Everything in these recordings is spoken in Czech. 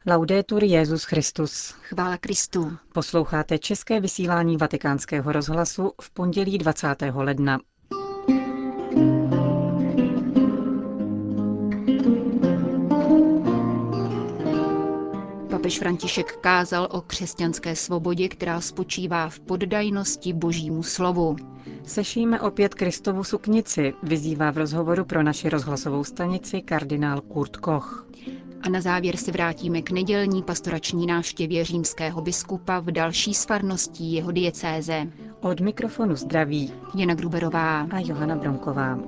Laudetur Jesus Christus. Chvála Kristu. Posloucháte české vysílání Vatikánského rozhlasu v pondělí 20. ledna. Papež František kázal o křesťanské svobodě, která spočívá v poddajnosti Božímu slovu. Sešijme opět Kristovu suknici, vyzývá v rozhovoru pro naši rozhlasovou stanici kardinál Kurt Koch. A na závěr se vrátíme k nedělní pastorační návštěvě římského biskupa v další z farností jeho diecéze. Od mikrofonu zdraví Jana Gruberová a Johana Bronková.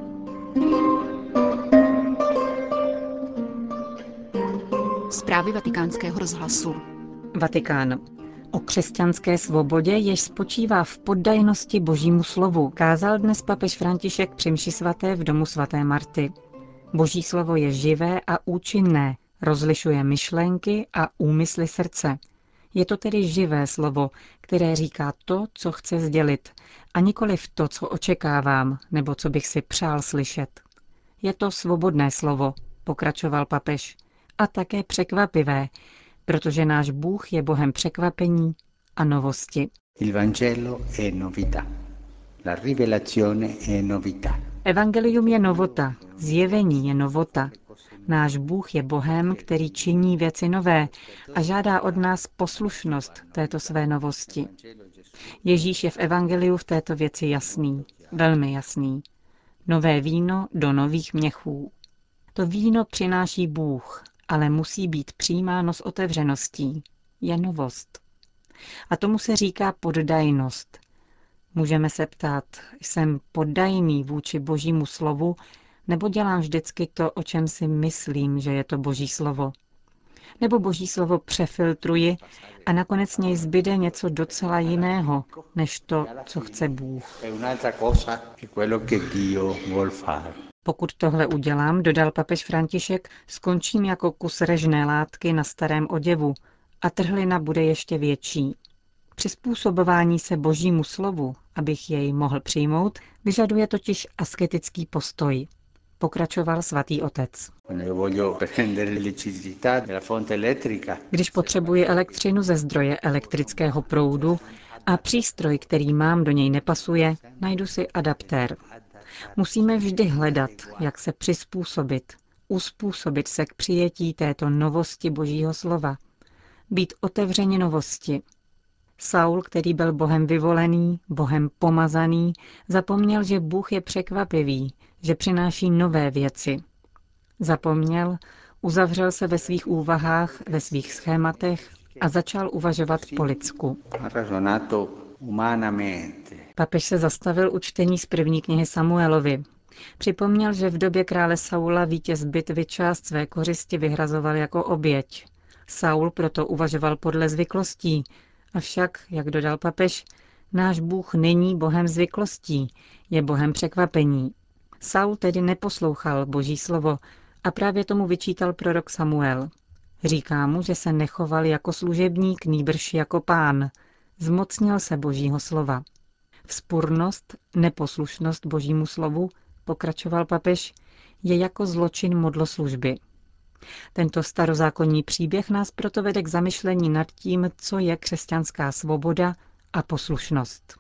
Zprávy Vatikánského rozhlasu. Vatikán. O křesťanské svobodě, jež spočívá v poddajnosti Božímu slovu, kázal dnes papež František při mši svaté v domu svaté Marty. Boží slovo je živé a účinné, rozlišuje myšlenky a úmysly srdce. Je to tedy živé slovo, které říká to, co chce sdělit, a nikoliv to, co očekávám, nebo co bych si přál slyšet. Je to svobodné slovo, pokračoval papež, a také překvapivé, protože náš Bůh je Bohem překvapení a novosti. Il Vangelo è novità. La rivelazione è novità. Evangelium je novota, zjevení je novota. Náš Bůh je Bohem, který činí věci nové a žádá od nás poslušnost této své novosti. Ježíš je v Evangeliu v této věci jasný, velmi jasný. Nové víno do nových měchů. To víno přináší Bůh, ale musí být přijímáno s otevřeností. Je novost. A tomu se říká poddajnost. Můžeme se ptát, jsem poddajný vůči Božímu slovu, nebo dělám vždycky to, o čem si myslím, že je to Boží slovo? Nebo Boží slovo přefiltruji a nakonec z něj zbyde něco docela jiného, než to, co chce Bůh. Pokud tohle udělám, dodal papež František, skončím jako kus režné látky na starém oděvu a trhlina bude ještě větší. Přizpůsobování se Božímu slovu, abych jej mohl přijmout, vyžaduje totiž asketický postoj. Pokračoval svatý otec. Když potřebuji elektřinu ze zdroje elektrického proudu a přístroj, který mám, do něj nepasuje, najdu si adaptér. Musíme vždy hledat, jak se přizpůsobit, uspůsobit se k přijetí této novosti Božího slova. Být otevřeni novosti. Saul, který byl Bohem vyvolený, Bohem pomazaný, zapomněl, že Bůh je překvapivý, že přináší nové věci. Zapomněl, uzavřel se ve svých úvahách, ve svých schématech a začal uvažovat po lidsku. Papež se zastavil u čtení z první knihy Samuelovi. Připomněl, že v době krále Saula vítěz bitvy část své kořisti vyhrazoval jako oběť. Saul proto uvažoval podle zvyklostí, avšak, jak dodal papež, náš Bůh není Bohem zvyklostí, je Bohem překvapení. Saul tedy neposlouchal Boží slovo a právě tomu vyčítal prorok Samuel. Říká mu, že se nechoval jako služebník, nýbrž jako pán. Zmocnil se Božího slova. Vzpurnost, neposlušnost Božímu slovu, pokračoval papež, je jako zločin modloslužby. Tento starozákonní příběh nás proto vede k zamyšlení nad tím, co je křesťanská svoboda a poslušnost.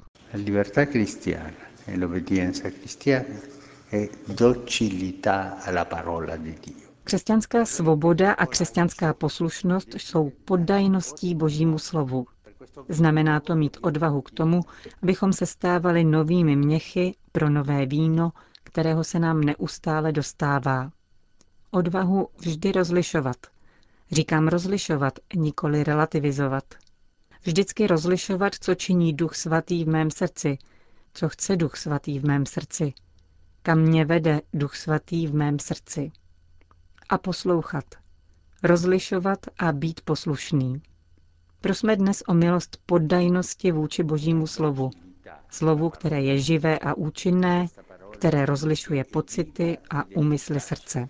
Křesťanská svoboda a křesťanská poslušnost jsou poddajností Božímu slovu. Znamená to mít odvahu k tomu, abychom se stávali novými měchy pro nové víno, kterého se nám neustále dostává. Odvahu vždy rozlišovat. Říkám rozlišovat, nikoli relativizovat. Vždycky rozlišovat, co činí Duch Svatý v mém srdci, co chce Duch Svatý v mém srdci, kam mě vede Duch Svatý v mém srdci. A poslouchat. Rozlišovat a být poslušný. Prosme dnes o milost poddajnosti vůči Božímu slovu. Slovu, které je živé a účinné, které rozlišuje pocity a úmysly srdce.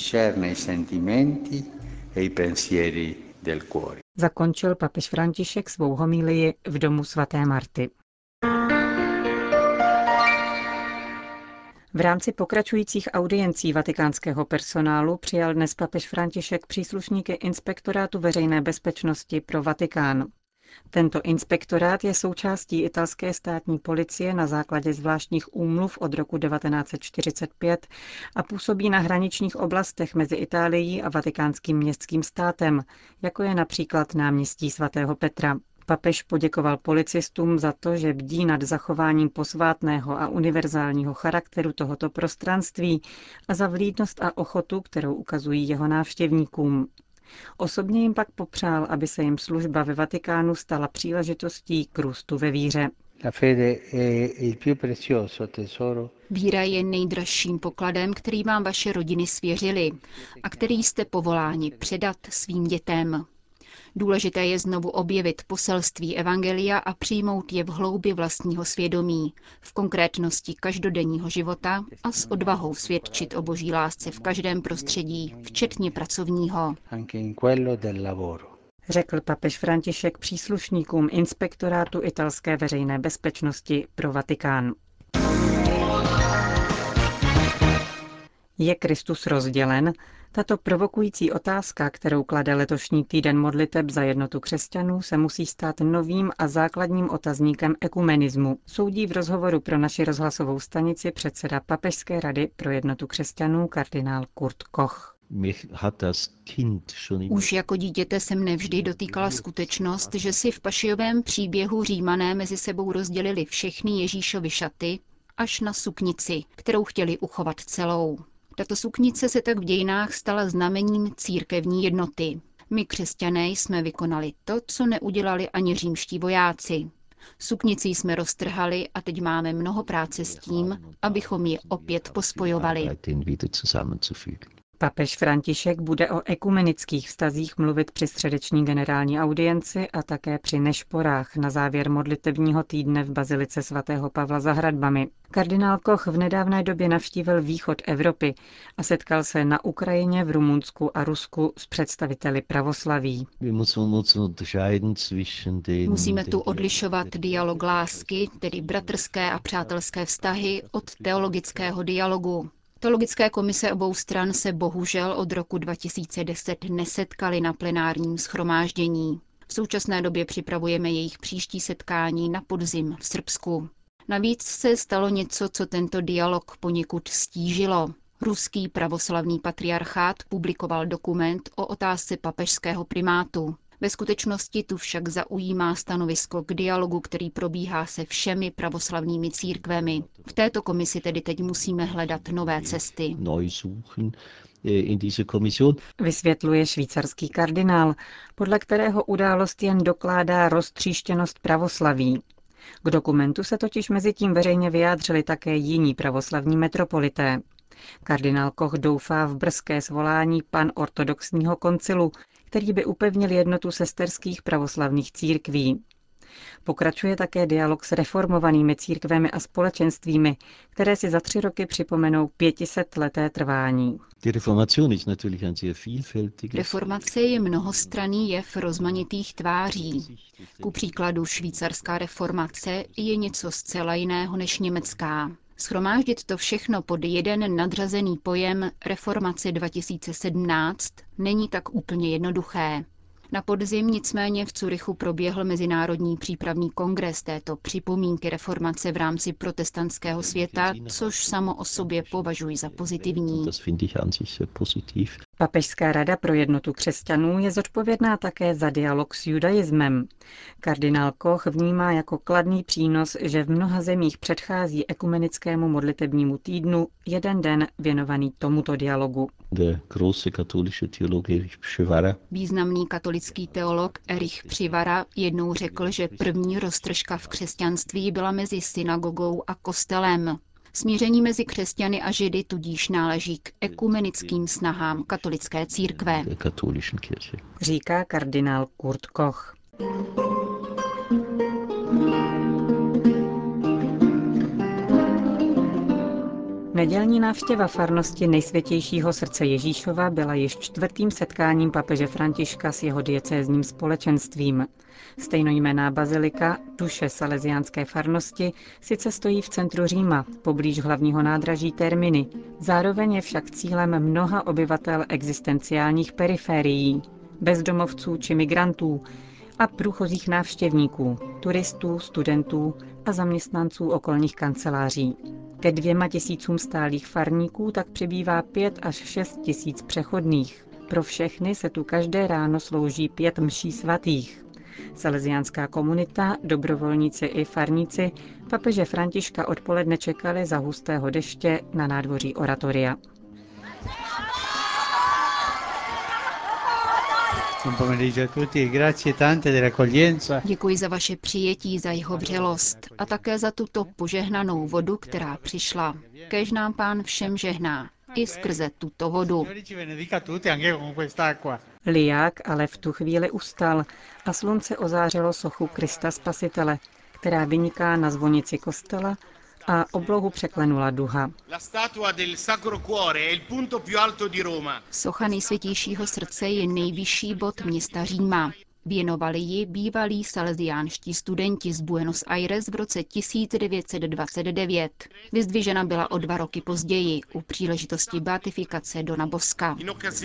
Zakončil papež František svou homilii v domu svaté Marty. V rámci pokračujících audiencí vatikánského personálu přijal dnes papež František příslušníky Inspektorátu veřejné bezpečnosti pro Vatikán. Tento inspektorát je součástí italské státní policie na základě zvláštních úmluv od roku 1945 a působí na hraničních oblastech mezi Itálií a vatikánským městským státem, jako je například náměstí svatého Petra. Papež poděkoval policistům za to, že bdí nad zachováním posvátného a univerzálního charakteru tohoto prostranství a za vlídnost a ochotu, kterou ukazují jeho návštěvníkům. Osobně jim pak popřál, aby se jim služba ve Vatikánu stala příležitostí k růstu ve víře. Víra je nejdražším pokladem, který vám vaše rodiny svěřily a který jste povoláni předat svým dětem. Důležité je znovu objevit poselství evangelia a přijmout je v hloubi vlastního svědomí, v konkrétnosti každodenního života a s odvahou svědčit o boží lásce v každém prostředí, včetně pracovního. Řekl papež František příslušníkům Inspektorátu italské veřejné bezpečnosti pro Vatikán. Je Kristus rozdělen? Tato provokující otázka, kterou klade letošní týden modliteb za jednotu křesťanů, se musí stát novým a základním otazníkem ekumenismu, soudí v rozhovoru pro naši rozhlasovou stanici předseda Papežské rady pro jednotu křesťanů kardinál Kurt Koch. Už jako dítěte se mne vždy dotýkala skutečnost, že si v pašijovém příběhu Římané mezi sebou rozdělili všechny Ježíšovy šaty až na suknici, kterou chtěli uchovat celou. Tato suknice se tak v dějinách stala znamením církevní jednoty. My, křesťané, jsme vykonali to, co neudělali ani římští vojáci. Suknici jsme roztrhali a teď máme mnoho práce s tím, abychom ji opět pospojovali. Papež František bude o ekumenických vztazích mluvit při středeční generální audienci a také při nešporách na závěr modlitebního týdne v bazilice svatého Pavla za hradbami. Kardinál Koch v nedávné době navštívil východ Evropy a setkal se na Ukrajině, v Rumunsku a Rusku s představiteli pravoslaví. Musíme tu odlišovat dialog lásky, tedy bratrské a přátelské vztahy, od teologického dialogu. Teologické komise obou stran se bohužel od roku 2010 nesetkaly na plenárním shromáždění. V současné době připravujeme jejich příští setkání na podzim v Srbsku. Navíc se stalo něco, co tento dialog poněkud stížilo. Ruský pravoslavný patriarchát publikoval dokument o otázce papežského primátu. Ve skutečnosti tu však zaujímá stanovisko k dialogu, který probíhá se všemi pravoslavnými církvemi. V této komisi tedy teď musíme hledat nové cesty. Vysvětluje švýcarský kardinál, podle kterého událost jen dokládá roztříštěnost pravoslaví. K dokumentu se totiž mezitím veřejně vyjádřili také jiní pravoslavní metropolité. Kardinál Koch doufá v brzké svolání panortodoxního koncilu, který by upevnil jednotu sesterských pravoslavných církví. Pokračuje také dialog s reformovanými církvemi a společenstvími, které si za 3 roky připomenou 500leté trvání. Reformace je mnohostranný jev rozmanitých tváří. Ku příkladu švýcarská reformace je něco zcela jiného než německá. Shromáždit to všechno pod jeden nadřazený pojem Reformace 2017 není tak úplně jednoduché. Na podzim nicméně v Curychu proběhl mezinárodní přípravný kongres této připomínky reformace v rámci protestantského světa, což samo o sobě považuji za pozitivní. Papežská rada pro jednotu křesťanů je zodpovědná také za dialog s judaismem. Kardinál Koch vnímá jako kladný přínos, že v mnoha zemích předchází ekumenickému modlitebnímu týdnu jeden den věnovaný tomuto dialogu. Významný katolický teolog Erich Přivara jednou řekl, že první roztržka v křesťanství byla mezi synagogou a kostelem. Smíření mezi křesťany a židy tudíž náleží k ekumenickým snahám katolické církve, říká kardinál Kurt Koch. Nedělní návštěva farnosti Nejsvětějšího srdce Ježíšova byla již 4. setkáním papeže Františka s jeho diecézním společenstvím. Stejnojmenná bazilika, duše salesiánské farnosti, sice stojí v centru Říma, poblíž hlavního nádraží Termini. Zároveň je však cílem mnoha obyvatel existenciálních periférií, bezdomovců či migrantů a průchozích návštěvníků, turistů, studentů a zaměstnanců okolních kanceláří. Ke 2 tisícům stálých farníků tak přibývá 5 až 6 tisíc přechodných. Pro všechny se tu každé ráno slouží 5 mší svatých. Salesiánská komunita, dobrovolníci i farníci papeže Františka odpoledne čekali za hustého deště na nádvoří oratoria. Děkuji za vaše přijetí, za jeho vřelost a také za tuto požehnanou vodu, která přišla. Kéž nám Pán všem žehná, i skrze tuto vodu. Liják ale v tu chvíli ustal a slunce ozářilo sochu Krista Spasitele, která vyniká na zvonici kostela a oblohu překlenula duha. Socha Nejsvětějšího srdce je nejvyšší bod města Říma. Věnovali ji bývalí salesiánští studenti z Buenos Aires v roce 1929. Vyzdvižena byla o 2 roky později u příležitosti beatifikace Dona Bosca.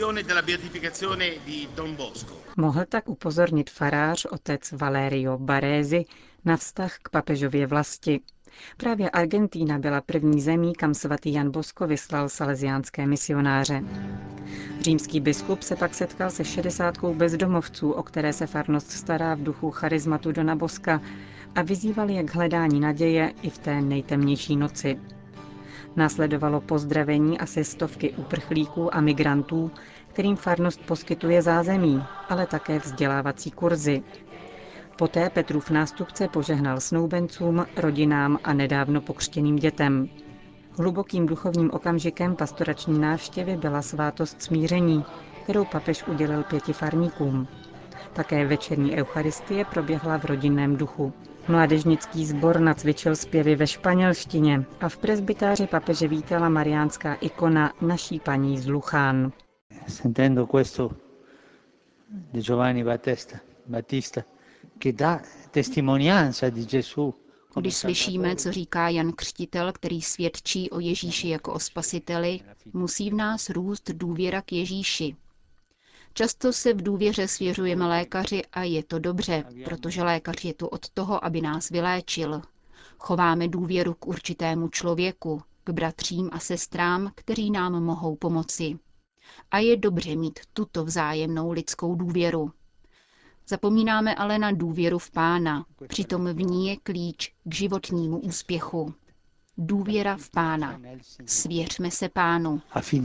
Mohl tak upozornit farář otec Valerio Baresi na vztah k papežově vlasti. Právě Argentína byla první zemí, kam svatý Jan Bosco vyslal salesiánské misionáře. Římský biskup se pak setkal se 60 bezdomovců, o které se farnost stará v duchu charizmatu Dona Bosca, a vyzýval je k hledání naděje i v té nejtemnější noci. Následovalo pozdravení asi 100 uprchlíků a migrantů, kterým farnost poskytuje zázemí, ale také vzdělávací kurzy. Poté Petrův nástupce požehnal snoubencům, rodinám a nedávno pokřtěným dětem. Hlubokým duchovním okamžikem pastorační návštěvy byla svátost smíření, kterou papež udělil 5 farníkům. Také večerní eucharistie proběhla v rodinném duchu. Mládežnický sbor nacvičil zpěvy ve španělštině a v presbytáři papeže vítala mariánská ikona Naší paní z Luchán. Sentendo questo di Giovanni Battista che dà testimonianza di Gesù. Když slyšíme, co říká Jan Křtitel, který svědčí o Ježíši jako o spasiteli, musí v nás růst důvěra k Ježíši. Často se v důvěře svěřujeme lékaři a je to dobře, protože lékař je tu od toho, aby nás vyléčil. Chováme důvěru k určitému člověku, k bratřím a sestrám, kteří nám mohou pomoci. A je dobře mít tuto vzájemnou lidskou důvěru. Zapomínáme ale na důvěru v Pána, přitom v ní je klíč k životnímu úspěchu. Důvěra v Pána. Svěřme se Pánu.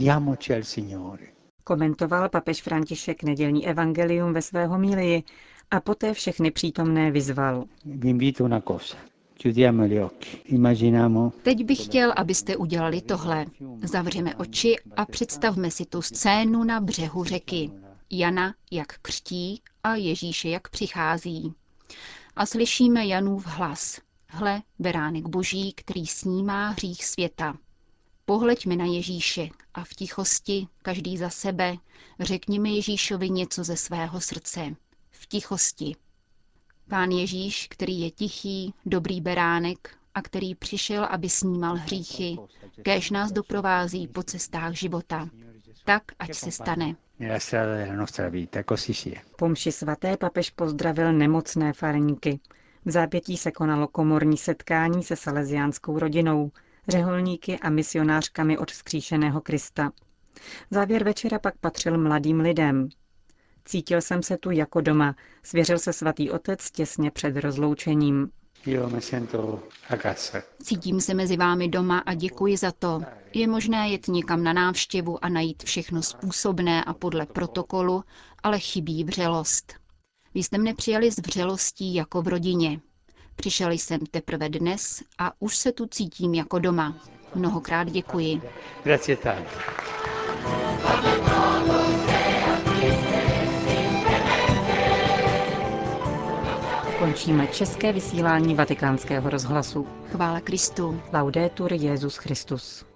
Komentoval papež František nedělní evangelium ve své homílii a poté všechny přítomné vyzval. Teď bych chtěl, abyste udělali tohle. Zavřeme oči a představme si tu scénu na břehu řeky. Jana, jak křtí, a Ježíše, jak přichází. A slyšíme Janův hlas. Hle, beránek boží, který snímá hřích světa. Pohleďme na Ježíše a v tichosti, každý za sebe, řekněme Ježíšovi něco ze svého srdce. V tichosti. Pán Ježíš, který je tichý, dobrý beránek a který přišel, aby snímal hříchy, kéž nás doprovází po cestách života. Tak, ať se stane. Po mši svaté papež pozdravil nemocné farníky. V zápětí se konalo komorní setkání se salesiánskou rodinou, řeholníky a misionářkami od vzkříšeného Krista. Závěr večera pak patřil mladým lidem. Cítil jsem se tu jako doma, svěřil se svatý otec těsně před rozloučením. Cítím se mezi vámi doma a děkuji za to. Je možné jet někam na návštěvu a najít všechno způsobné a podle protokolu, ale chybí vřelost. Vy jste mne přijali s vřelostí jako v rodině. Přišel jsem teprve dnes a už se tu cítím jako doma. Mnohokrát děkuji. Končíme české vysílání Vatikánského rozhlasu. Chvála Kristu. Laudetur Jesus Christus.